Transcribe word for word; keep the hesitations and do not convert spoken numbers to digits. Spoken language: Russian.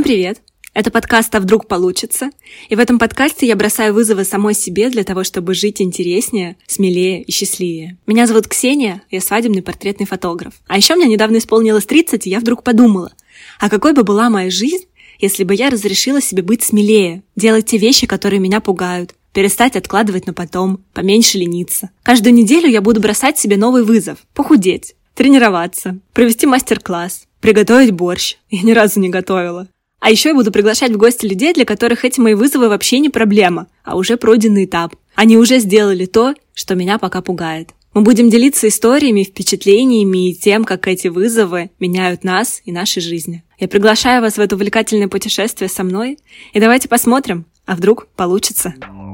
привет! Это подкаст «А вдруг получится?». И в этом подкасте я бросаю вызовы самой себе для того, чтобы жить интереснее, смелее и счастливее. Меня зовут Ксения, я свадебный портретный фотограф. А еще мне недавно исполнилось тридцать, и я вдруг подумала, а какой бы была моя жизнь, если бы я разрешила себе быть смелее, делать те вещи, которые меня пугают, перестать откладывать на потом, поменьше лениться. Каждую неделю я буду бросать себе новый вызов – похудеть, тренироваться, провести мастер-класс, приготовить борщ. Я ни разу не готовила. А еще я буду приглашать в гости людей, для которых эти мои вызовы вообще не проблема, а уже пройденный этап. Они уже сделали то, что меня пока пугает. Мы будем делиться историями, впечатлениями и тем, как эти вызовы меняют нас и наши жизни. Я приглашаю вас в это увлекательное путешествие со мной, и давайте посмотрим, а вдруг получится.